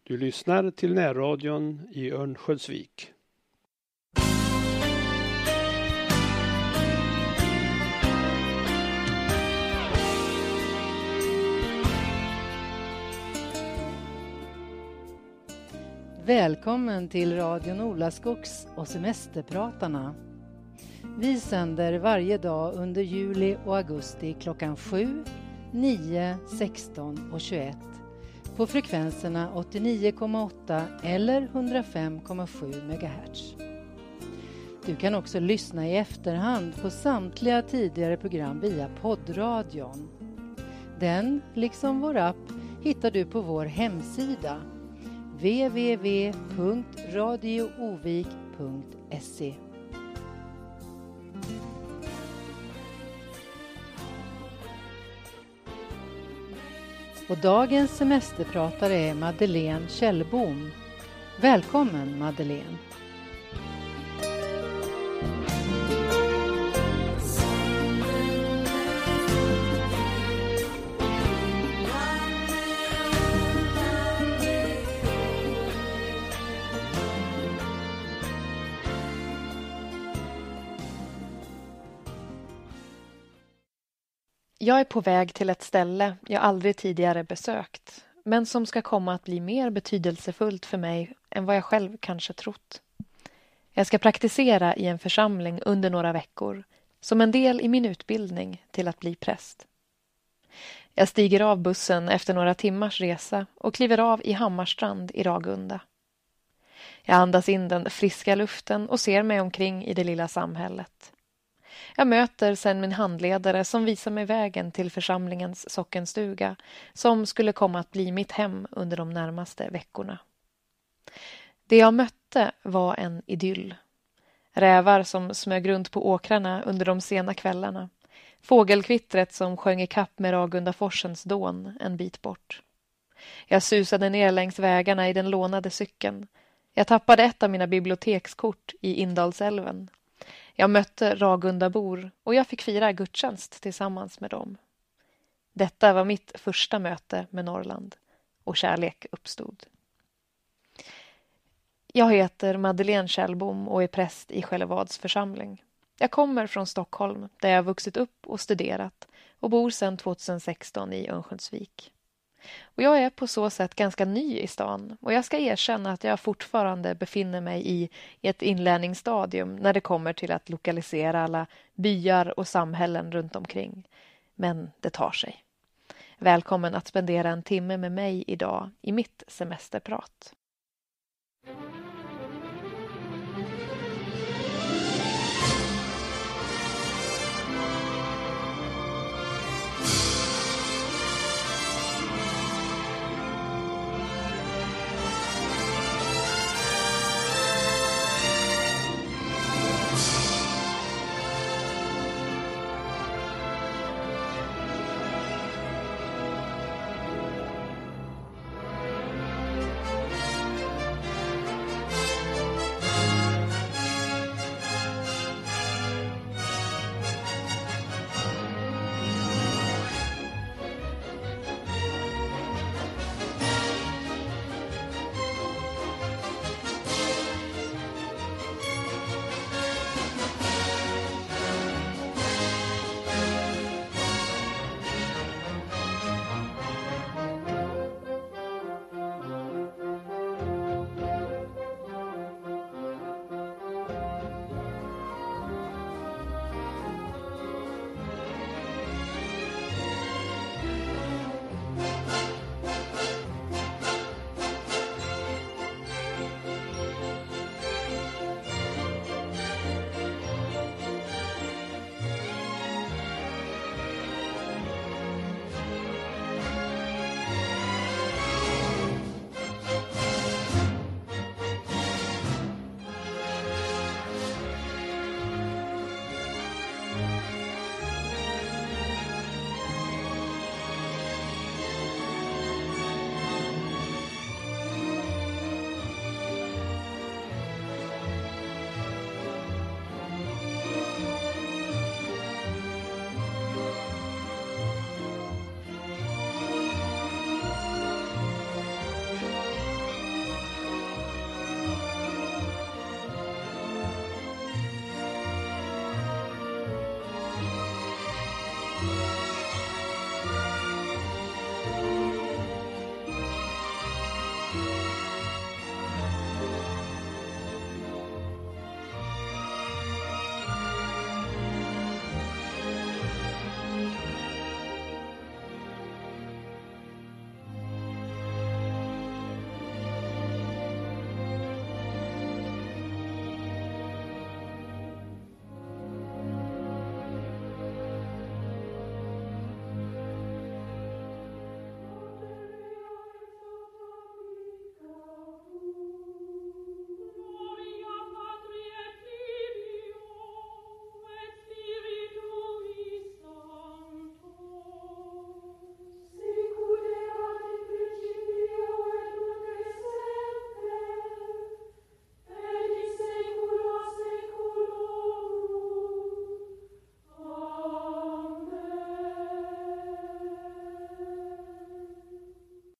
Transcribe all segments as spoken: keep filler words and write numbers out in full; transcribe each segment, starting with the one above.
Du lyssnar till närradion i Örnsköldsvik. Välkommen till radion Olaskogs och Semesterpratarna. Vi sänder varje dag under juli och augusti klockan sju, nio, sexton och tjugoett på frekvenserna åttionio komma åtta eller hundrafem komma sju megahertz. Du kan också lyssna i efterhand på samtliga tidigare program via poddradion. Den, liksom vår app, hittar du på vår hemsida w w w punkt radioovik punkt se. Och dagens semesterpratare är Madeleine Kjellbom. Välkommen Madeleine. Jag är på väg till ett ställe jag aldrig tidigare besökt, men som ska komma att bli mer betydelsefullt för mig än vad jag själv kanske trott. Jag ska praktisera i en församling under några veckor, som en del i min utbildning till att bli präst. Jag stiger av bussen efter några timmars resa och kliver av i Hammarstrand i Ragunda. Jag andas in den friska luften och ser mig omkring i det lilla samhället. Jag möter sedan min handledare som visar mig vägen till församlingens sockenstuga som skulle komma att bli mitt hem under de närmaste veckorna. Det jag mötte var en idyll. Rävar som smög runt på åkrarna under de sena kvällarna. Fågelkvittret som sjöng i kapp med Ragundaforsens dån en bit bort. Jag susade ner längs vägarna i den lånade cykeln. Jag tappade ett av mina bibliotekskort i Indalsälven. Jag mötte Ragundabor och jag fick fira gudstjänst tillsammans med dem. Detta var mitt första möte med Norrland och kärlek uppstod. Jag heter Madeleine Kjellbom och är präst i Skällevads församling. Jag kommer från Stockholm där jag vuxit upp och studerat och bor sedan tjugohundrasexton i Örnsköldsvik. Och jag är på så sätt ganska ny i stan och jag ska erkänna att jag fortfarande befinner mig i, i ett inlärningsstadium när det kommer till att lokalisera alla byar och samhällen runt omkring. Men det tar sig. Välkommen att spendera en timme med mig idag i mitt semesterprat.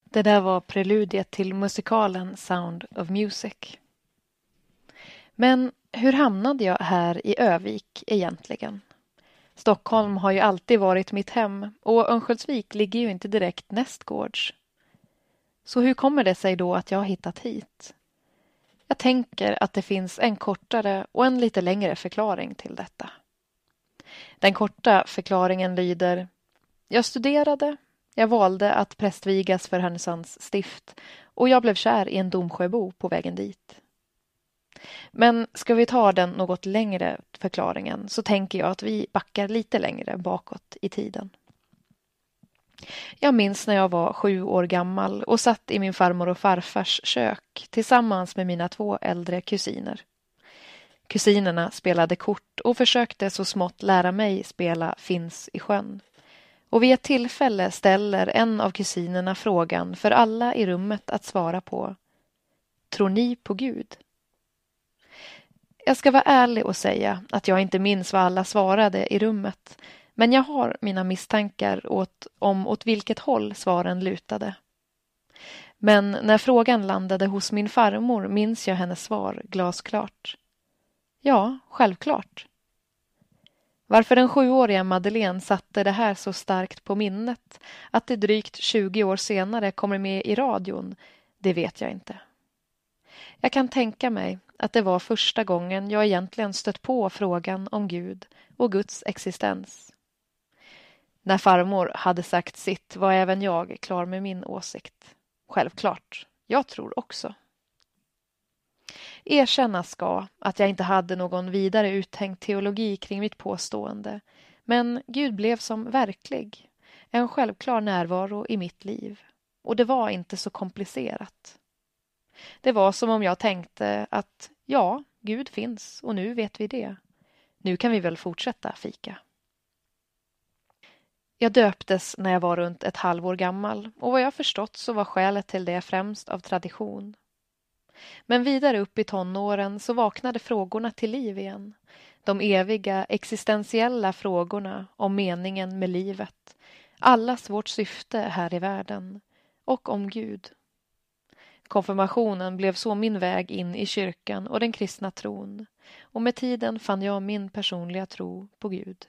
Det där var preludiet till musikalen Sound of Music. Men hur hamnade jag här i Övik egentligen? Stockholm har ju alltid varit mitt hem och Örnsköldsvik ligger ju inte direkt nästgårds. Så hur kommer det sig då att jag har hittat hit? Jag tänker att det finns en kortare och en lite längre förklaring till detta. Den korta förklaringen lyder: jag studerade, jag valde att prästvigas för Härnösands stift och jag blev kär i en Domsjöbo på vägen dit. Men ska vi ta den något längre förklaringen så tänker jag att vi backar lite längre bakåt i tiden. Jag minns när jag var sju år gammal och satt i min farmor och farfars kök tillsammans med mina två äldre kusiner. Kusinerna spelade kort och försökte så smått lära mig spela Finns i sjön. Och vid ett tillfälle ställer en av kusinerna frågan för alla i rummet att svara på: tror ni på Gud? Jag ska vara ärlig och säga att jag inte minns vad alla svarade i rummet, men jag har mina misstankar åt, om åt vilket håll svaren lutade. Men när frågan landade hos min farmor minns jag hennes svar glasklart. Ja, självklart. Varför den sjuåriga Madeleine satte det här så starkt på minnet att det drygt tjugo år senare kommer med i radion, det vet jag inte. Jag kan tänka mig att det var första gången jag egentligen stött på frågan om Gud och Guds existens. När farmor hade sagt sitt var även jag klar med min åsikt. Självklart, jag tror också. Erkännas ska att jag inte hade någon vidare uttänkt teologi kring mitt påstående, men Gud blev som verklig, en självklar närvaro i mitt liv, och det var inte så komplicerat. Det var som om jag tänkte att ja, Gud finns och nu vet vi det. Nu kan vi väl fortsätta fika. Jag döptes när jag var runt ett halvår gammal och vad jag förstått så var skälet till det främst av tradition. Men vidare upp i tonåren så vaknade frågorna till liv igen. De eviga, existentiella frågorna om meningen med livet, allas vårt syfte här i världen och om Gud. Konfirmationen blev så min väg in i kyrkan och den kristna tron, och med tiden fann jag min personliga tro på Gud.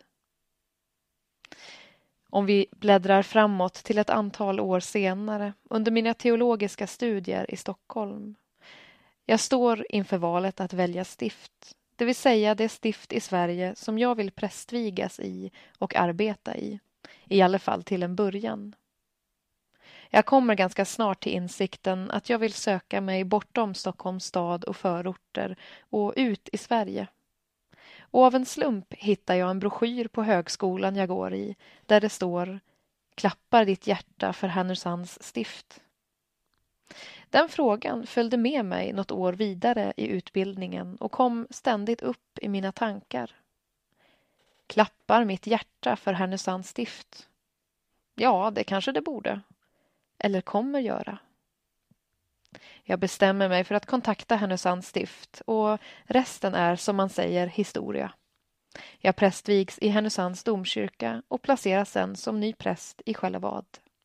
Om vi bläddrar framåt till ett antal år senare under mina teologiska studier i Stockholm. Jag står inför valet att välja stift, det vill säga det stift i Sverige som jag vill prästvigas i och arbeta i, i alla fall till en början. Jag kommer ganska snart till insikten att jag vill söka mig bortom Stockholms stad och förorter och ut i Sverige. Och av en slump hittar jag en broschyr på högskolan jag går i där det står: klappar ditt hjärta för Härnösands stift. Den frågan följde med mig något år vidare i utbildningen och kom ständigt upp i mina tankar. Klappar mitt hjärta för Härnösands stift? Ja, det kanske det borde. Eller kommer göra. Jag bestämmer mig för att kontakta Härnösands stift och resten är, som man säger, historia. Jag prästvigs i Härnösands domkyrka och placeras sen som ny präst i Skällevad.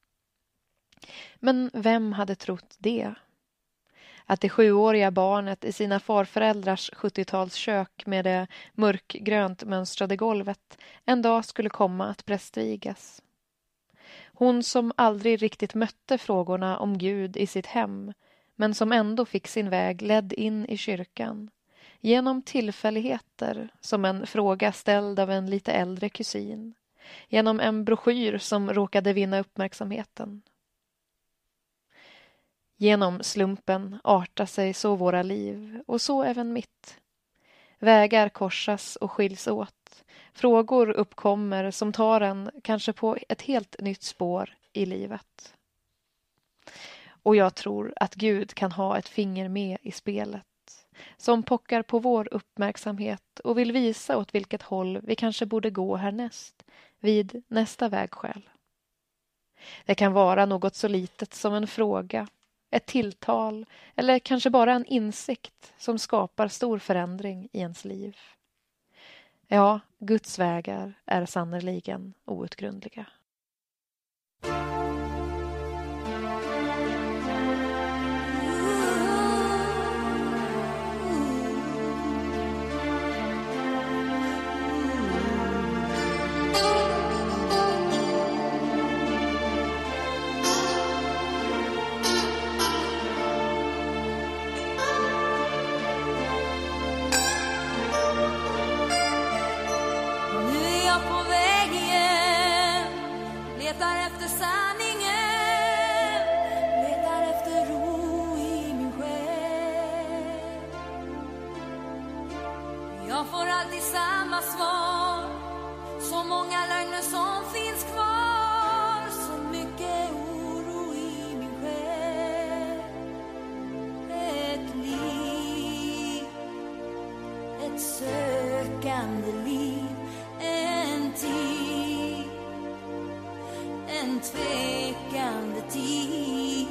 Men vem hade trott det? Att det sjuåriga barnet i sina farföräldrars sjuttiotalskök med det mörkgrönt mönstrade golvet en dag skulle komma att prästvigas. Hon som aldrig riktigt mötte frågorna om Gud i sitt hem, men som ändå fick sin väg ledd in i kyrkan. Genom tillfälligheter, som en fråga ställd av en lite äldre kusin. Genom en broschyr som råkade vinna uppmärksamheten. Genom slumpen artar sig så våra liv, och så även mitt. Vägar korsas och skiljs åt. Frågor uppkommer som tar en kanske på ett helt nytt spår i livet. Och jag tror att Gud kan ha ett finger med i spelet, som pockar på vår uppmärksamhet och vill visa åt vilket håll vi kanske borde gå härnäst, vid nästa vägskäl. Det kan vara något så litet som en fråga, ett tilltal eller kanske bara en insikt som skapar stor förändring i ens liv. Ja, Guds vägar är sannoliken outgrundliga. alltid samma svar. Så många lögner som finns kvar. Så mycket oro i min själ. Ett liv, ett sökande liv. En tid, en tvekande tid.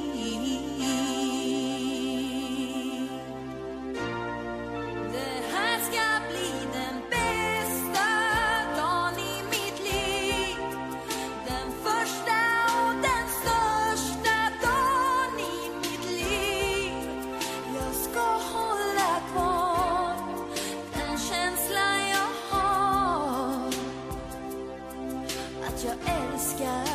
Det här ska bli den bästa dagen i mitt liv. Den första och den största dagen i mitt liv. Jag ska hålla kvar den känsla jag har. Att jag älskar.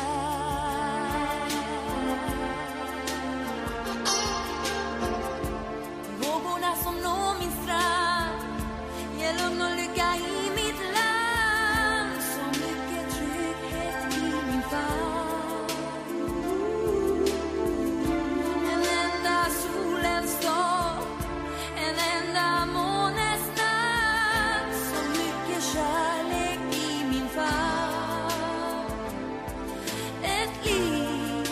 Vågorna som når min strand. Ge lugn och lycka i mitt land. Så mycket trygghet i min famn. En enda solens dag. En enda månes natt. Så mycket kärlek i min famn. Ett liv,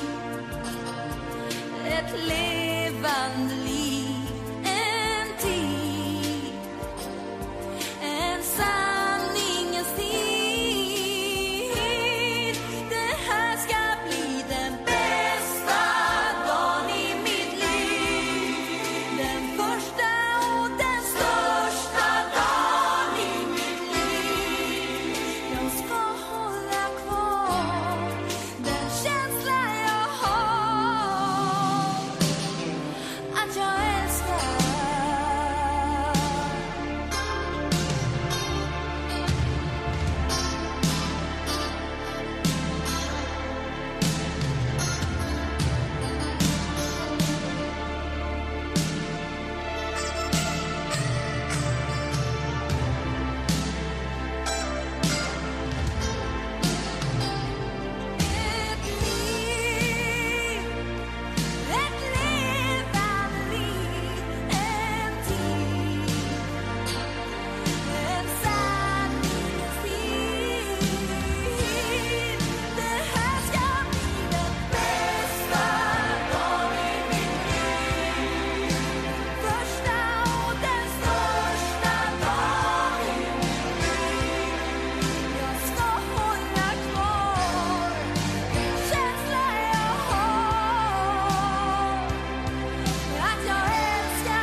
ett levande liv. En tid, en sanningens tid. Det här ska bli den bästa dagen i mitt liv. Den första och den största dagen i mitt liv. Jag ska hålla kvar den känsla jag har. Att jag älskar. Ett liv, ett levande liv. En tid, en sanningens tid. Det här ska bli den bästa dagen i mitt liv. Första och den största dagen i mitt liv. Jag ska hålla kvar den känsla jag har. Att jag älskar.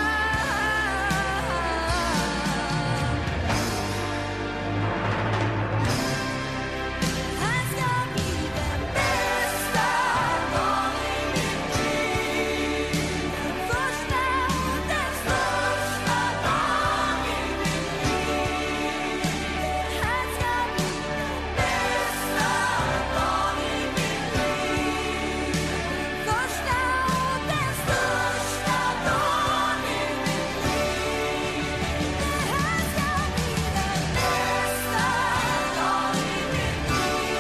Här ska bli den bästa dagen i mitt liv. Den första och den största dagen i mitt liv. Här ska bli den bästa dagen i mitt liv. Den första och den största dagen i mitt liv. Det här ska bli den bästa dagen i mitt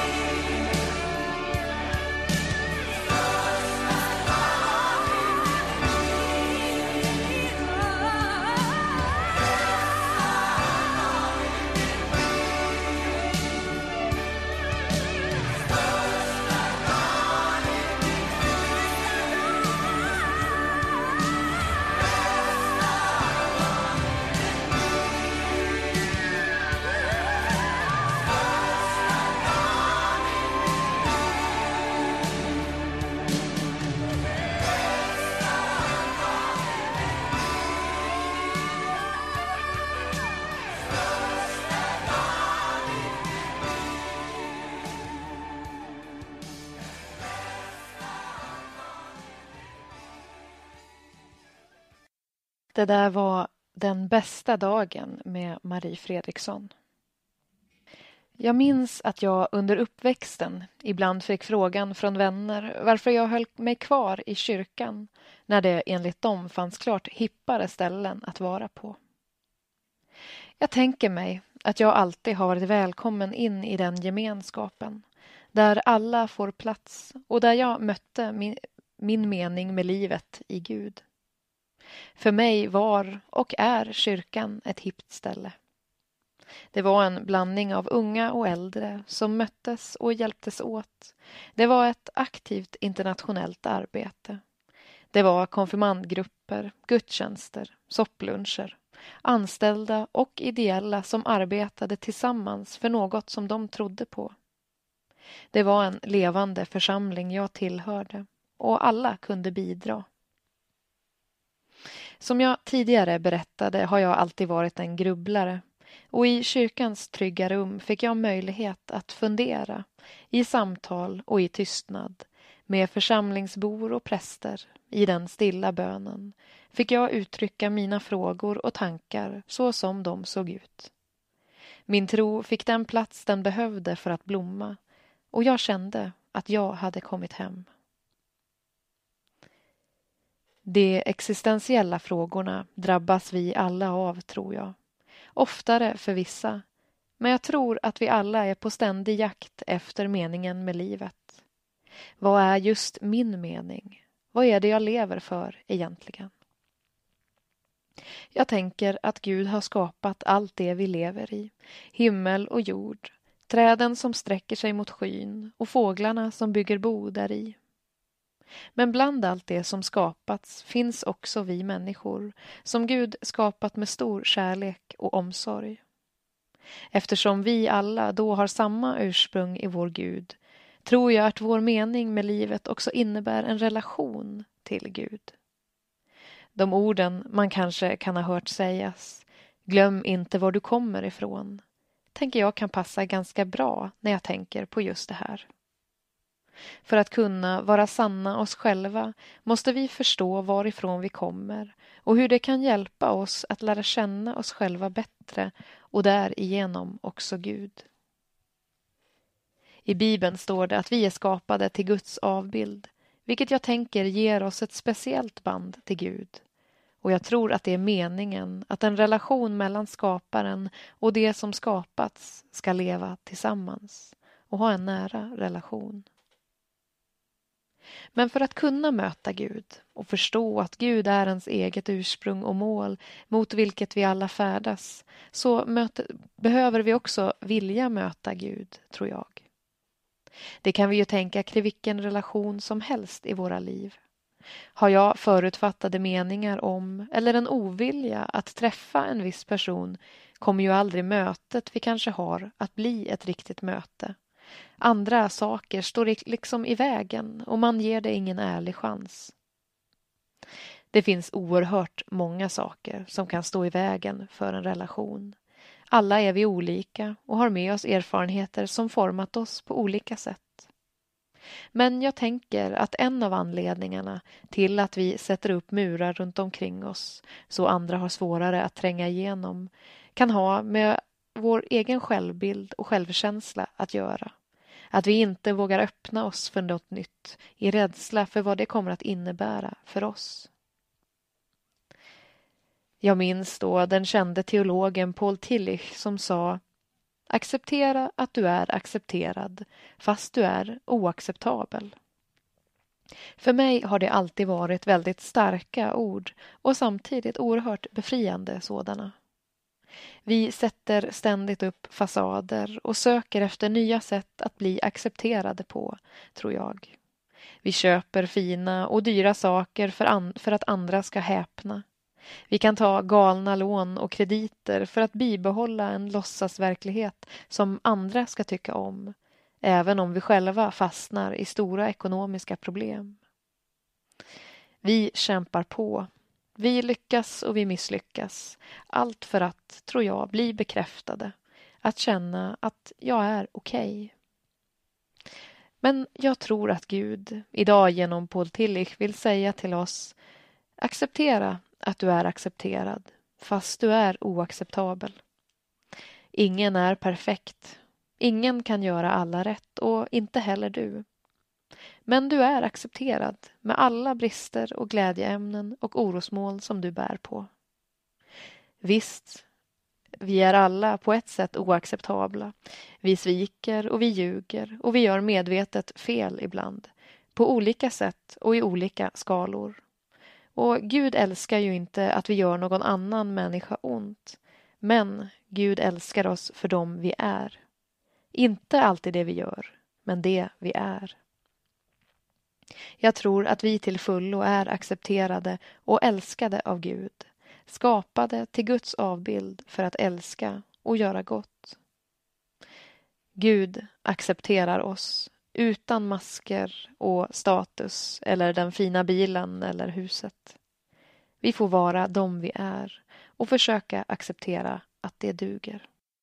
Det där var Den bästa dagen med Marie Fredriksson. Jag minns att jag under uppväxten ibland fick frågan från vänner varför jag höll mig kvar i kyrkan när det enligt dem fanns klart hippare ställen att vara på. Jag tänker mig att jag alltid har varit välkommen in i den gemenskapen där alla får plats och där jag mötte min, min mening med livet i Gud. För mig var och är kyrkan ett hippt ställe. Det var en blandning av unga och äldre som möttes och hjälptes åt. Det var ett aktivt internationellt arbete. Det var konfirmandgrupper, gudstjänster, soppluncher, anställda och ideella som arbetade tillsammans för något som de trodde på. Det var en levande församling jag tillhörde och alla kunde bidra. Som jag tidigare berättade har jag alltid varit en grubblare och i kyrkans trygga rum fick jag möjlighet att fundera i samtal och i tystnad med församlingsbor och präster i den stilla bönen fick jag uttrycka mina frågor och tankar så som de såg ut. Min tro fick den plats den behövde för att blomma och jag kände att jag hade kommit hem. De existentiella frågorna drabbas vi alla av, tror jag. Oftare för vissa, men jag tror att vi alla är på ständig jakt efter meningen med livet. Vad är just min mening? Vad är det jag lever för egentligen? Jag tänker att Gud har skapat allt det vi lever i. Himmel och jord, träden som sträcker sig mot skyn och fåglarna som bygger bo där i. Men bland allt det som skapats finns också vi människor som Gud skapat med stor kärlek och omsorg. Eftersom vi alla då har samma ursprung i vår Gud tror jag att vår mening med livet också innebär en relation till Gud. De orden man kanske kan ha hört sägas, glöm inte var du kommer ifrån, tänker jag kan passa ganska bra när jag tänker på just det här. För att kunna vara sanna oss själva måste vi förstå varifrån vi kommer och hur det kan hjälpa oss att lära känna oss själva bättre och därigenom också Gud. I Bibeln står det att vi är skapade till Guds avbild, vilket jag tänker ger oss ett speciellt band till Gud. Och jag tror att det är meningen att en relation mellan skaparen och det som skapats ska leva tillsammans och ha en nära relation. Men för att kunna möta Gud och förstå att Gud är ens eget ursprung och mål mot vilket vi alla färdas så möter, behöver vi också vilja möta Gud, tror jag. Det kan vi ju tänka kring vilken relation som helst i våra liv. Har jag förutfattade meningar om eller en ovilja att träffa en viss person kommer ju aldrig mötet vi kanske har att bli ett riktigt möte. Andra saker står liksom i vägen och man ger det ingen ärlig chans. Det finns oerhört många saker som kan stå i vägen för en relation. Alla är vi olika och har med oss erfarenheter som format oss på olika sätt. Men jag tänker att en av anledningarna till att vi sätter upp murar runt omkring oss så andra har svårare att tränga igenom kan ha med vår egen självbild och självkänsla att göra. Att vi inte vågar öppna oss för något nytt i rädsla för vad det kommer att innebära för oss. Jag minns då den kände teologen Paul Tillich som sa: acceptera att du är accepterad fast du är oacceptabel. För mig har det alltid varit väldigt starka ord och samtidigt oerhört befriande sådana. Vi sätter ständigt upp fasader och söker efter nya sätt att bli accepterade på, tror jag. Vi köper fina och dyra saker för, an- för att andra ska häpna. Vi kan ta galna lån och krediter för att bibehålla en låtsasverklighet som andra ska tycka om, även om vi själva fastnar i stora ekonomiska problem. Vi kämpar på. Vi lyckas och vi misslyckas. Allt för att, tror jag, bli bekräftade. Att känna att jag är okej. Men jag tror att Gud idag genom Paul Tillich vill säga till oss: acceptera att du är accepterad, fast du är oacceptabel. Ingen är perfekt. Ingen kan göra alla rätt och inte heller du. Men du är accepterad med alla brister och glädjeämnen och orosmål som du bär på. Visst, vi är alla på ett sätt oacceptabla. Vi sviker och vi ljuger och vi gör medvetet fel ibland. På olika sätt och i olika skalor. Och Gud älskar ju inte att vi gör någon annan människa ont. Men Gud älskar oss för dem vi är. Inte alltid det vi gör, men det vi är. Jag tror att vi till fullo är accepterade och älskade av Gud, skapade till Guds avbild för att älska och göra gott. Gud accepterar oss utan masker och status eller den fina bilen eller huset. Vi får vara de vi är och försöka acceptera att det duger.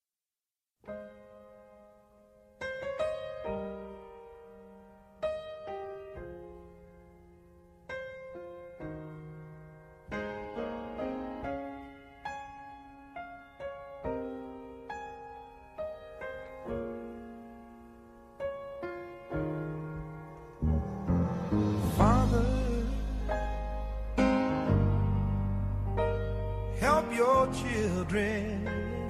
Your children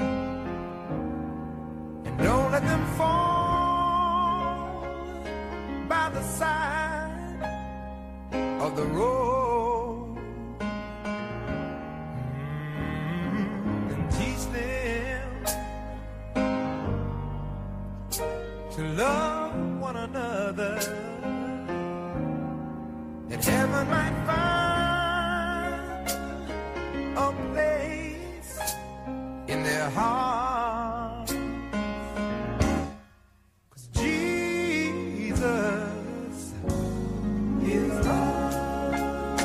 and don't let them fall by the side of the road. Mm, and teach them to love one another, that heaven might find a place in their hearts. 'Cause Jesus is love.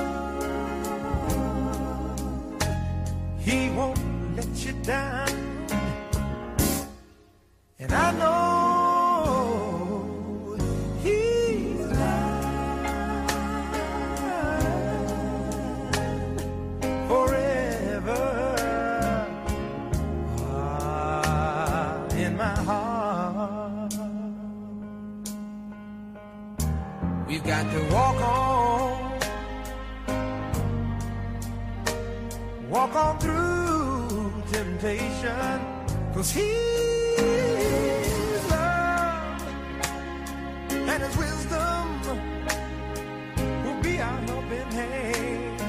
He won't let you down, and I know we've got to walk on, walk on through temptation, 'cause His love and His wisdom will be our helping hand.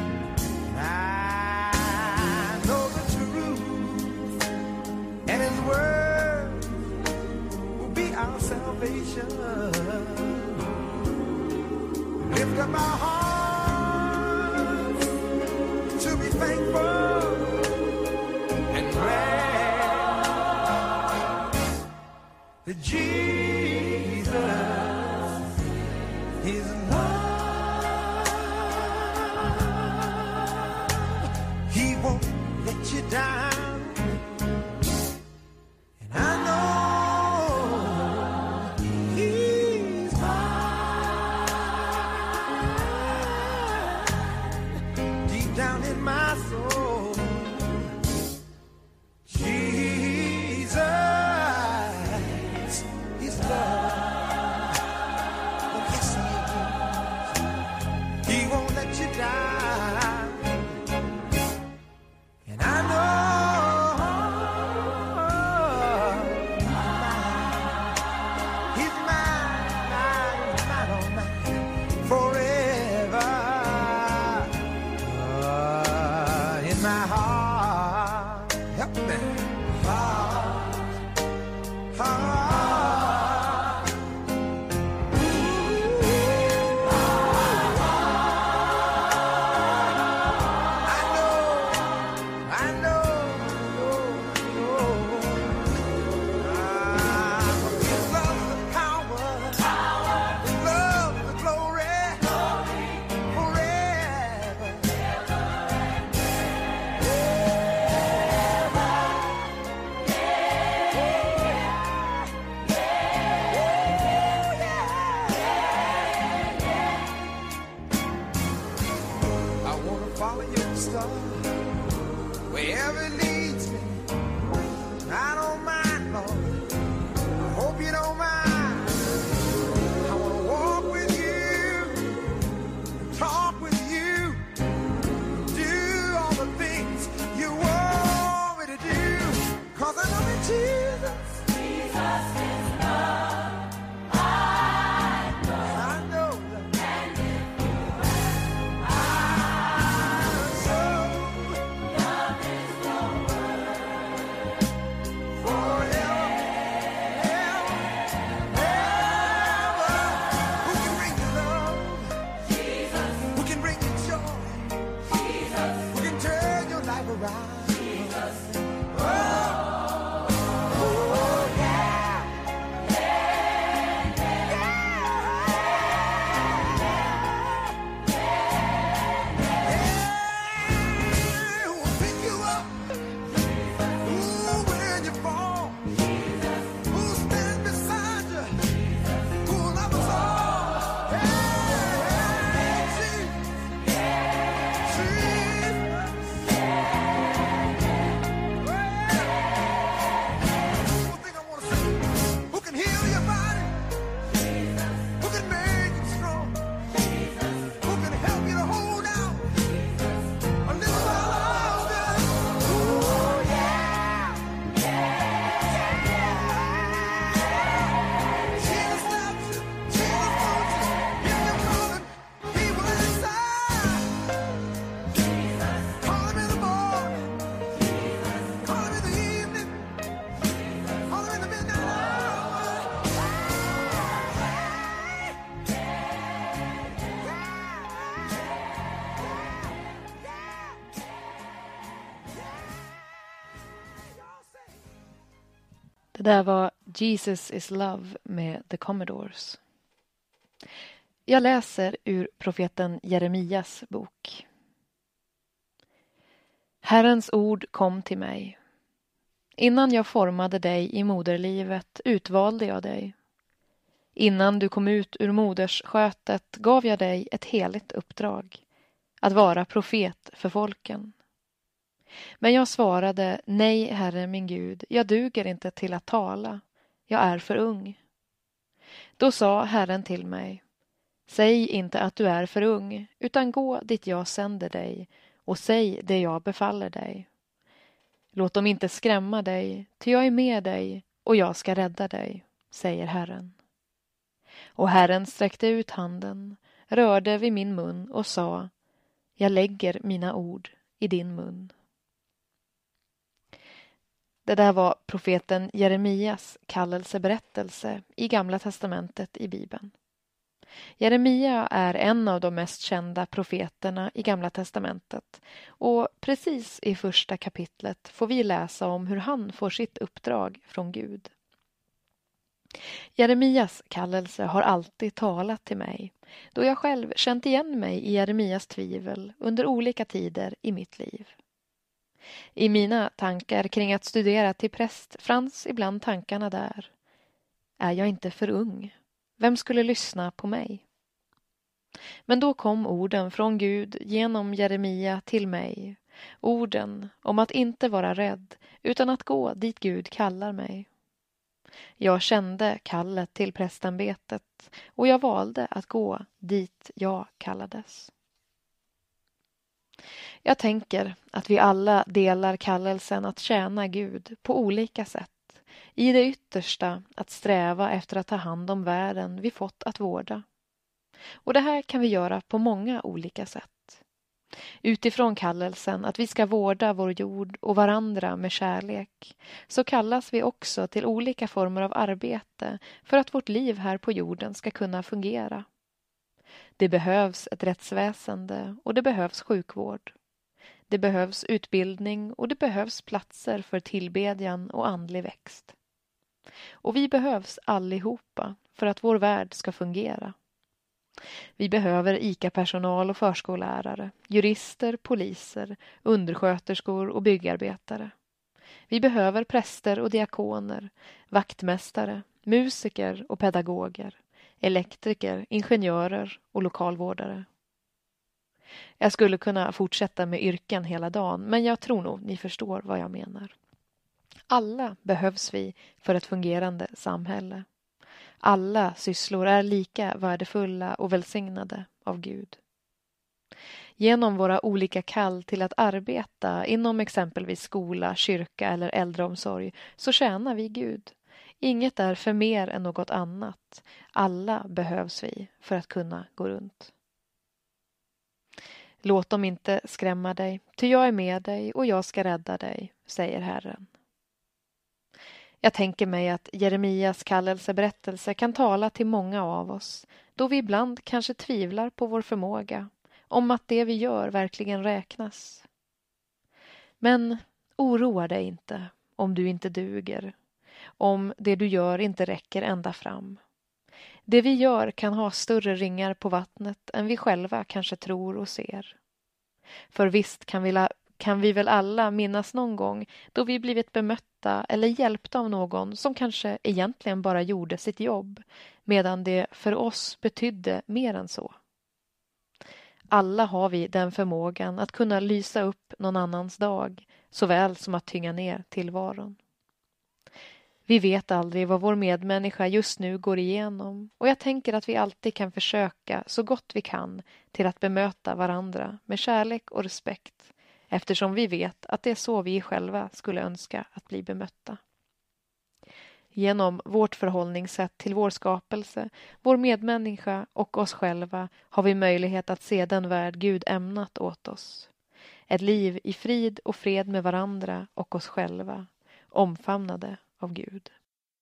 I know the truth and His word will be our salvation. Lift up our hearts to be thankful and glad that Jesus is love. He won't let you down, and I know He's down in my soul. Jesus is love. Oh, yes, He is. He won't let you down, and I know He's mine, mine, mine, oh mine, forever. My heart, help me, heart, heart. Ooh, I know, I know, ah, His love the power, His love the glory, forever. Follow your star wherever it leads me. I don't mind, Lord. I hope you don't mind. I want to walk with you, talk with you, do all the things you want me to do. 'Cause I know that Jesus, Jesus is love. I know, I know that. And if you ask, I so love is the word. right. Oh, oh, yeah. Yeah, we'll pick you up. Ooh, when you fall. Who'll stand beside you? Who'll love us all? Hey, Jesus. Who can heal your body? Who can make it strong? Who can help you to hold out a little while longer? Ooh, yeah. Jesus loves you. Jesus wants you. If you call him, he will answer. Call him in the morning. Call him in the evening. Call him in the midnight hour. Det där var Jesus is Love med The Commodores. Jag läser ur profeten Jeremias bok. Herrens ord kom till mig. Innan jag formade dig i moderlivet utvalde jag dig. Innan du kom ut ur modersskötet gav jag dig ett heligt uppdrag, att vara profet för folken. Men jag svarade, nej, Herre min Gud, jag duger inte till att tala. Jag är för ung. Då sa Herren till mig, säg inte att du är för ung, utan gå dit jag sänder dig och säg det jag befaller dig. Låt dem inte skrämma dig, ty jag är med dig och jag ska rädda dig, säger Herren. Och Herren sträckte ut handen, rörde vid min mun och sa, jag lägger mina ord i din mun. Det där var profeten Jeremias kallelseberättelse i Gamla testamentet i Bibeln. Jeremia är en av de mest kända profeterna i Gamla testamentet och precis i första kapitlet får vi läsa om hur han får sitt uppdrag från Gud. Jeremias kallelse har alltid talat till mig, då jag själv känt igen mig i Jeremias tvivel under olika tider i mitt liv. I mina tankar kring att studera till präst fanns ibland tankarna där. Är jag inte för ung? Vem skulle lyssna på mig? Men då kom orden från Gud genom Jeremia till mig. Orden om att inte vara rädd utan att gå dit Gud kallar mig. Jag kände kallet till prästämbetet och jag valde att gå dit jag kallades. Jag tänker att vi alla delar kallelsen att tjäna Gud på olika sätt. I det yttersta att sträva efter att ta hand om världen vi fått att vårda. Och det här kan vi göra på många olika sätt. Utifrån kallelsen att vi ska vårda vår jord och varandra med kärlek, så kallas vi också till olika former av arbete för att vårt liv här på jorden ska kunna fungera. Det behövs ett rättsväsende och det behövs sjukvård. Det behövs utbildning och det behövs platser för tillbedjan och andlig växt. Och vi behövs allihopa för att vår värld ska fungera. Vi behöver I C A-personal och förskollärare, jurister, poliser, undersköterskor och byggarbetare. Vi behöver präster och diakoner, vaktmästare, musiker och pedagoger, elektriker, ingenjörer och lokalvårdare. Jag skulle kunna fortsätta med yrken hela dagen, men jag tror nog ni förstår vad jag menar. Alla behövs vi för ett fungerande samhälle. Alla sysslor är lika värdefulla och välsignade av Gud. Genom våra olika kall till att arbeta inom exempelvis skola, kyrka eller äldreomsorg så tjänar vi Gud. Inget är för mer än något annat. Alla behövs vi för att kunna gå runt. Låt dem inte skrämma dig, ty jag är med dig och jag ska rädda dig, säger Herren. Jag tänker mig att Jeremias kallelseberättelse kan tala till många av oss, då vi ibland kanske tvivlar på vår förmåga, om att det vi gör verkligen räknas. Men oroa dig inte om du inte duger, om det du gör inte räcker ända fram. Det vi gör kan ha större ringar på vattnet än vi själva kanske tror och ser. För visst kan vi, la- kan vi väl alla minnas någon gång då vi blivit bemötta eller hjälpta av någon som kanske egentligen bara gjorde sitt jobb, medan det för oss betydde mer än så. Alla har vi den förmågan att kunna lysa upp någon annans dag, såväl som att tynga ner tillvaron. Vi vet aldrig vad vår medmänniska just nu går igenom, och jag tänker att vi alltid kan försöka så gott vi kan till att bemöta varandra med kärlek och respekt, eftersom vi vet att det är så vi själva skulle önska att bli bemötta. Genom vårt förhållningssätt till vår skapelse, vår medmänniska och oss själva har vi möjlighet att se den värld Gud ämnat åt oss. Ett liv i frid och fred med varandra och oss själva, omfamnade av Gud.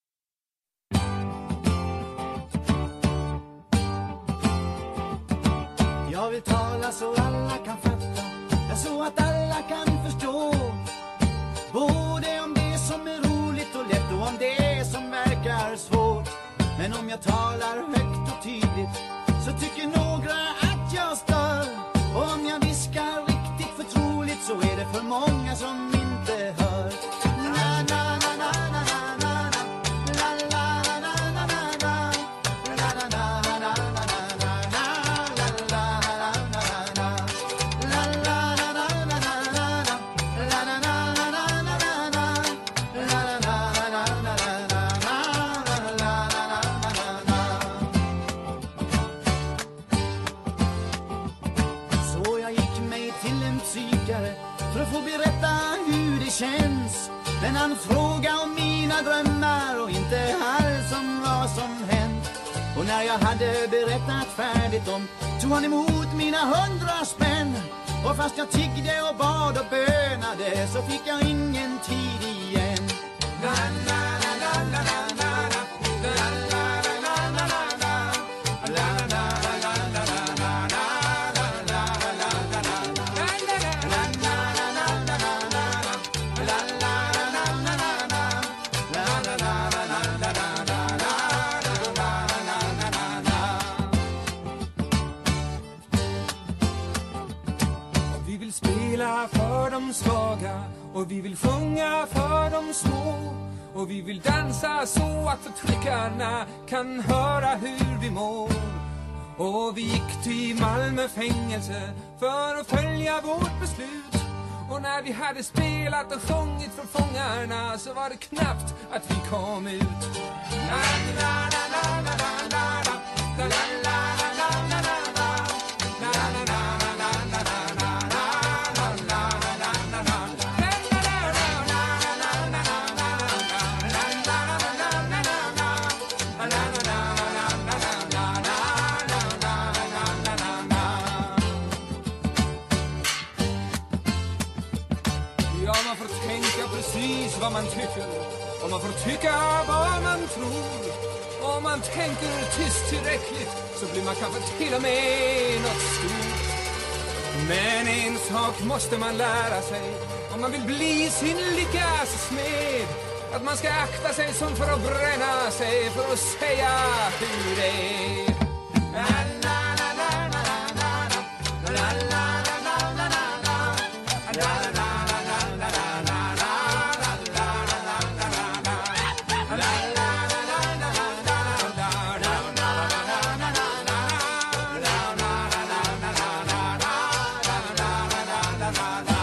Jag vill tala så alla kan fatta, ja, så att alla kan förstå. Både om det som är roligt och lätt och om det som verkar svårt. Men om jag talar högt och tydligt så tycker några att jag stör. Och om jag viskar riktigt förtroligt så är det för många som inte hör. Na, na, na, na, na, na, na, na. La, la, la, la, la, la, la. La, la, la, la, la, la, la, la. La, la, la, la, la, la. La, la, la, la, la, la, la. La, la, la, la, la, la, la. La, la, la, la, la, la, la. La, la, la, la, la. Så jag gick mig till en psykare för att få berätta hur det känns. Men han frågade om mina drömmar och inte alls om vad som hänt. Och när jag hade berättat färdigt om tog han emot mina hundra spänn. Och fast jag tiggde och bad och bönade så fick jag ingen tid igen. La, la, la, la, la, la, la, la. La, la, la, la, la, la, la. La, la, la, la, la, la, la, la. La, la, la, la, la, la. La, la, la, la, la, la, la. La, la, la, la, la, la, la. La, la, la, la, la, la, la, la. La, la, la, la, la, la. Vi vill spela för de svaga och vi vill sjunga för de små. Och vi vill dansa så att förtryckarna kan höra hur vi mår. Och vi gick till Malmö fängelse för att följa vårt beslut. Och när vi hade spelat och sjungit för fångarna så var det knappt att vi kom ut. La, la, la, la, la, la, la, la. La, la, la, la, la, la, la. La, la, la, la, la, la, la, la. La, la, la, la, la, la. Ja, man får tänka precis vad man tycker och man får tycka vad man tror. Om man tänker tyst tillräckligt så blir man kanske till och med något stort. Men en sak måste man lära sig om man vill bli sin lyckas smed. Att man ska akta sig som för att bränna sig för att säga hur det är. La, la, la, la, la, la, la. La, la, la, la, la, la, la. La, la, la, la, la, la, la, la. La, la, la, la, la, la. La, la, la, la, la, la, la. La, la, la, la, la, la, la. La, la, la, la, la, la, la. La, la, la, la, la, la.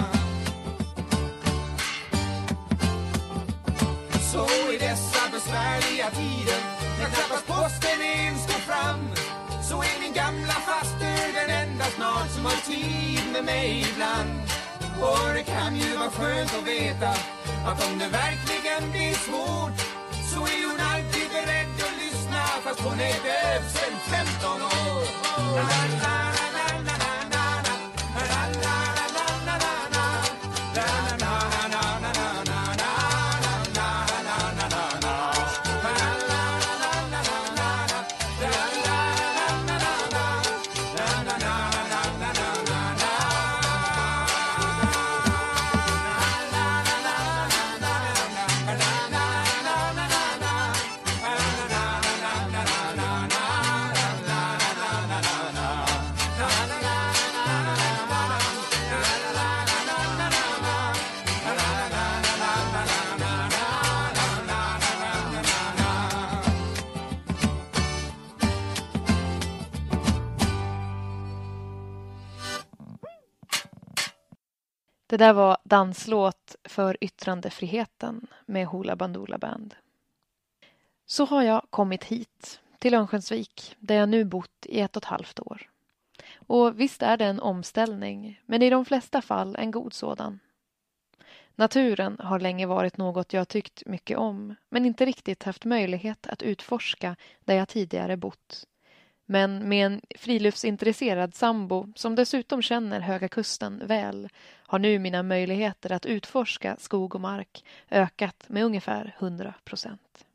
Så i dessa besvärliga tider när knappast posten ens går fram så är min gamla faster den enda snart som har tid med mig ibland. Och det kan ju vara skönt att veta att om det verkligen blir svårt så är hon alltid beredd att lyssna fast hon är döv sen femton år. La, la, la, la, la, la, la, la. La, la, la, la, la, la, la. La, la, la, la, la, la, la, la. Det där var danslåt för yttrandefriheten med Hoola Bandoola Band. Så har jag kommit hit, till Örnsköldsvik, där jag nu bott i ett och ett halvt år. Och visst är det en omställning, men i de flesta fall en god sådan. Naturen har länge varit något jag tyckt mycket om, men inte riktigt haft möjlighet att utforska där jag tidigare bott. Men med en friluftsintresserad sambo som dessutom känner Höga Kusten väl har nu mina möjligheter att utforska skog och mark ökat med ungefär hundra procent.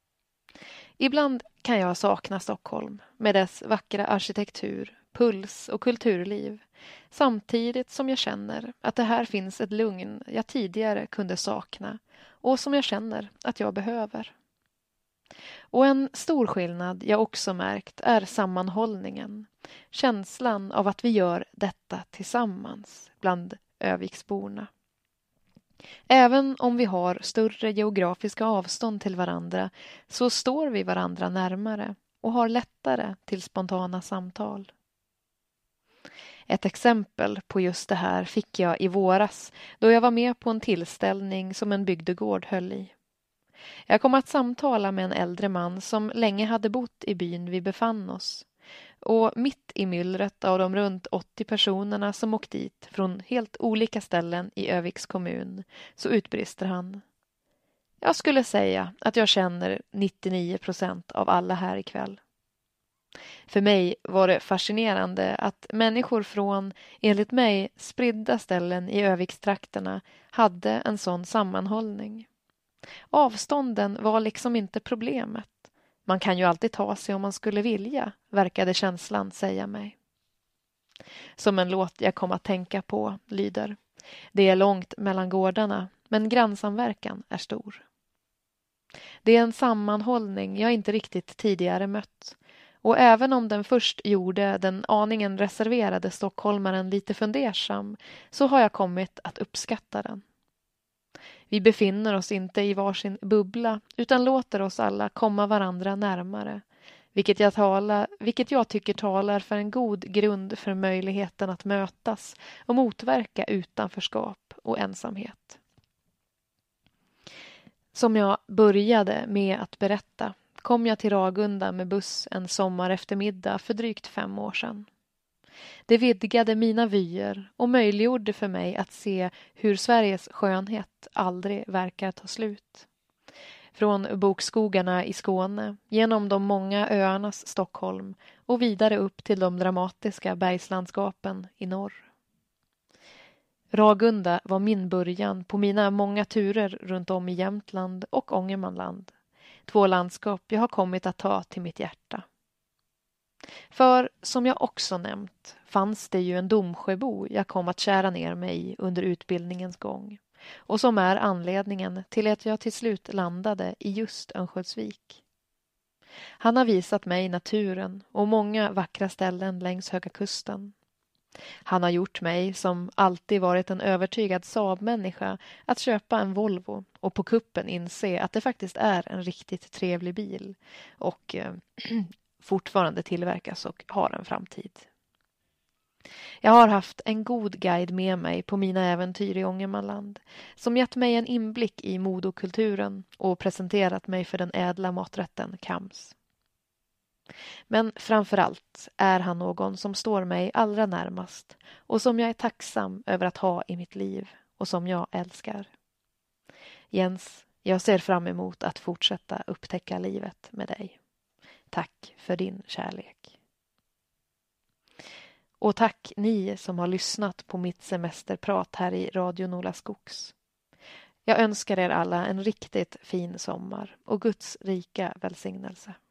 Ibland kan jag sakna Stockholm med dess vackra arkitektur, puls och kulturliv, samtidigt som jag känner att det här finns ett lugn jag tidigare kunde sakna och som jag känner att jag behöver. Och en stor skillnad jag också märkt är sammanhållningen, känslan av att vi gör detta tillsammans bland Öviksborna. Även om vi har större geografiska avstånd till varandra så står vi varandra närmare och har lättare till spontana samtal. Ett exempel på just det här fick jag i våras då jag var med på en tillställning som en bygdegård höll i. Jag kom att samtala med en äldre man som länge hade bott i byn vi befann oss. Och mitt i myllret av de runt åttio personerna som åkt dit från helt olika ställen i Öviks kommun så utbrister han. Jag skulle säga att jag känner nittionio procent av alla här ikväll. För mig var det fascinerande att människor från, enligt mig, spridda ställen i Övikstrakterna hade en sån sammanhållning. Avstånden var liksom inte problemet. Man kan ju alltid ta sig om man skulle vilja, verkade känslan säga mig. Som en låt jag kom att tänka på lyder. Det är långt mellan gårdarna, men grannsamverkan är stor. Det är en sammanhållning jag inte riktigt tidigare mött. Och även om den först gjorde den aningen reserverade stockholmaren lite fundersam så har jag kommit att uppskatta den. Vi befinner oss inte i varsin bubbla utan låter oss alla komma varandra närmare, vilket jag, talar, vilket jag tycker talar för en god grund för möjligheten att mötas och motverka utanförskap och ensamhet. Som jag började med att berätta kom jag till Ragunda med buss en sommar eftermiddag för drygt fem år sedan. Det vidgade mina vyer och möjliggjorde för mig att se hur Sveriges skönhet aldrig verkar ta slut. Från bokskogarna i Skåne, genom de många öarnas Stockholm och vidare upp till de dramatiska bergslandskapen i norr. Ragunda var min början på mina många turer runt om i Jämtland och Ångermanland. Två landskap jag har kommit att ta till mitt hjärta. För som jag också nämnt fanns det ju en Domsjöbo jag kom att kära ner mig i under utbildningens gång och som är anledningen till att jag till slut landade i just Örnsköldsvik. Han har visat mig naturen och många vackra ställen längs Höga Kusten. Han har gjort mig, som alltid varit en övertygad Saab-människa, att köpa en Volvo och på kuppen inse att det faktiskt är en riktigt trevlig bil och eh, fortfarande tillverkas och har en framtid. Jag har haft en god guide med mig på mina äventyr i Ångermanland som gett mig en inblick i modokulturen och presenterat mig för den ädla maträtten kams. Men framförallt är han någon som står mig allra närmast och som jag är tacksam över att ha i mitt liv och som jag älskar. Jens, jag ser fram emot att fortsätta upptäcka livet med dig. Tack för din kärlek. Och tack ni som har lyssnat på mitt semesterprat här i Radio Ola Skogs. Jag önskar er alla en riktigt fin sommar och Guds rika välsignelse.